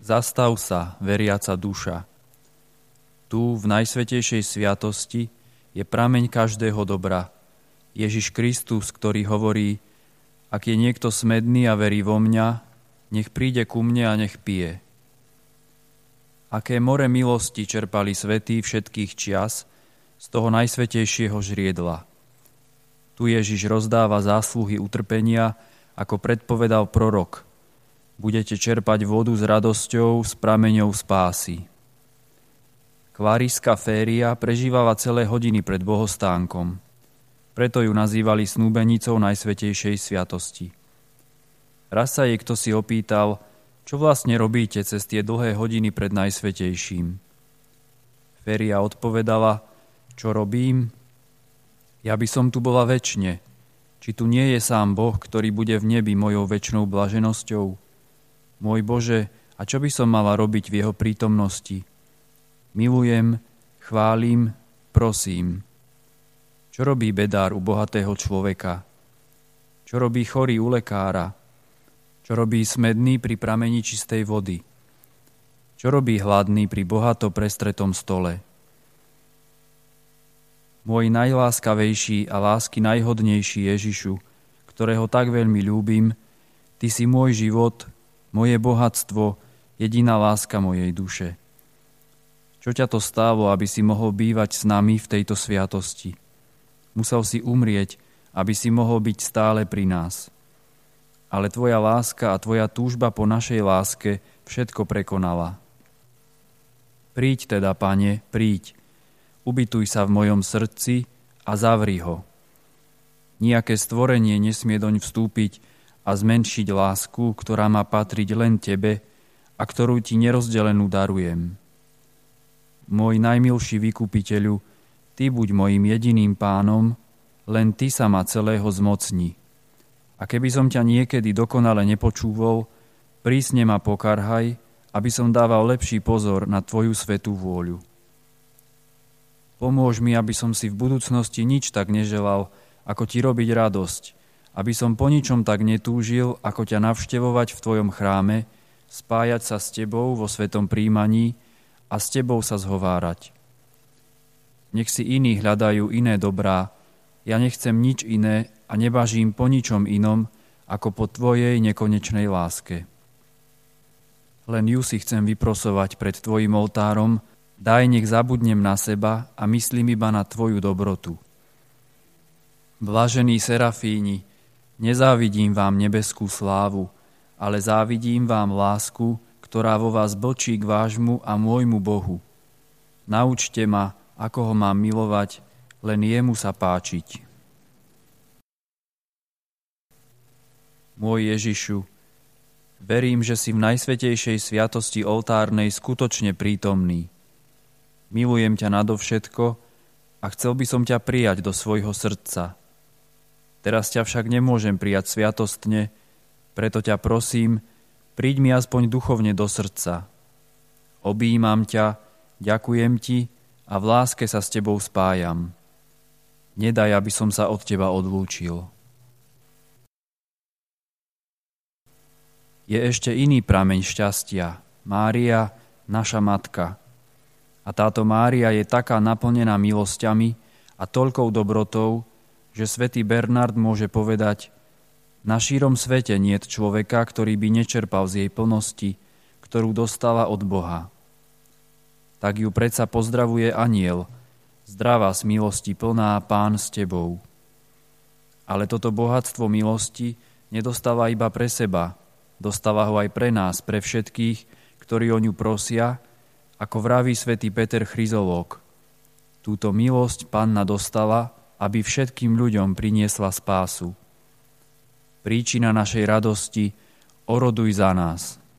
Zastav sa, veriaca duša. Tu, v najsvätejšej sviatosti, je prameň každého dobra. Ježiš Kristus, ktorý hovorí: ak je niekto smedný a verí vo mňa, nech príde ku mne a nech pije. Aké more milosti čerpali svätí všetkých čias z toho najsvätejšieho žriedla. Tu Ježiš rozdáva zásluhy utrpenia, ako predpovedal prorok. Budete čerpať vodu s radosťou z prameňov spásy. Kváriska Féria prežívala celé hodiny pred bohostánkom. Preto ju nazývali snúbenicou najsvätejšej sviatosti. Raz sa jej kto si opýtal, čo vlastne robíte cez tie dlhé hodiny pred najsvätejším. Féria odpovedala: čo robím? Ja by som tu bola večne. Či tu nie je sám Boh, ktorý bude v nebi mojou večnou blaženosťou? Môj Bože, a čo by som mala robiť v jeho prítomnosti? Milujem, chválim, prosím. Čo robí bedár u bohatého človeka? Čo robí chorý u lekára? Čo robí smedný pri prameni čistej vody? Čo robí hladný pri bohato prestretom stole? Môj najláskavejší a lásky najhodnejší Ježišu, ktorého tak veľmi ľúbim, Ty si môj život, moje bohatstvo, jediná láska mojej duše. Čo ťa to stálo, aby si mohol bývať s nami v tejto sviatosti? Musel si umrieť, aby si mohol byť stále pri nás. Ale tvoja láska a tvoja túžba po našej láske všetko prekonala. Príď teda, Pane, príď. Ubytuj sa v mojom srdci a zavri ho. Nijaké stvorenie nesmie doň vstúpiť a zmenšiť lásku, ktorá má patriť len tebe a ktorú ti nerozdelenú darujem. Môj najmilší vykupiteľu, ty buď mojím jediným pánom, len ty sa ma celého zmocni. A keby som ťa niekedy dokonale nepočúval, prísne ma pokarhaj, aby som dával lepší pozor na tvoju svätú vôľu. Pomôž mi, aby som si v budúcnosti nič tak neželal, ako ti robiť radosť, aby som po ničom tak netúžil, ako ťa navštevovať v tvojom chráme, spájať sa s tebou vo svetom príjmaní a s tebou sa zhovárať. Nech si iní hľadajú iné dobrá, ja nechcem nič iné a nebažím po ničom inom, ako po tvojej nekonečnej láske. Len ju si chcem vyprosovať pred tvojim oltárom, daj, nech zabudnem na seba a myslím iba na tvoju dobrotu. Blažení serafíni, nezávidím vám nebeskú slávu, ale závidím vám lásku, ktorá vo vás blčí k vášmu a môjmu Bohu. Naučte ma, ako ho mám milovať, len jemu sa páčiť. Môj Ježišu, verím, že si v najsvätejšej sviatosti oltárnej skutočne prítomný. Milujem ťa nadovšetko a chcel by som ťa prijať do svojho srdca. Teraz ťa však nemôžem prijať sviatostne, preto ťa prosím, príď mi aspoň duchovne do srdca. Objímam ťa, ďakujem ti a v láske sa s tebou spájam. Nedaj, aby som sa od teba odlúčil. Je ešte iný prameň šťastia, Mária, naša matka. A táto Mária je taká naplnená milosťami a toľkou dobrotou, že svätý Bernard môže povedať: na šírom svete niet človeka, ktorý by nečerpal z jej plnosti, ktorú dostala od Boha. Tak ju predsa pozdravuje anjel: zdravá z milosti plná, Pán s tebou. Ale toto bohatstvo milosti nedostáva iba pre seba, dostáva ho aj pre nás, pre všetkých, ktorí o ňu prosia, ako vraví svätý Peter Chryzológ. Túto milosť Panna dostala, aby všetkým ľuďom priniesla spásu. Príčina našej radosti, oroduj za nás.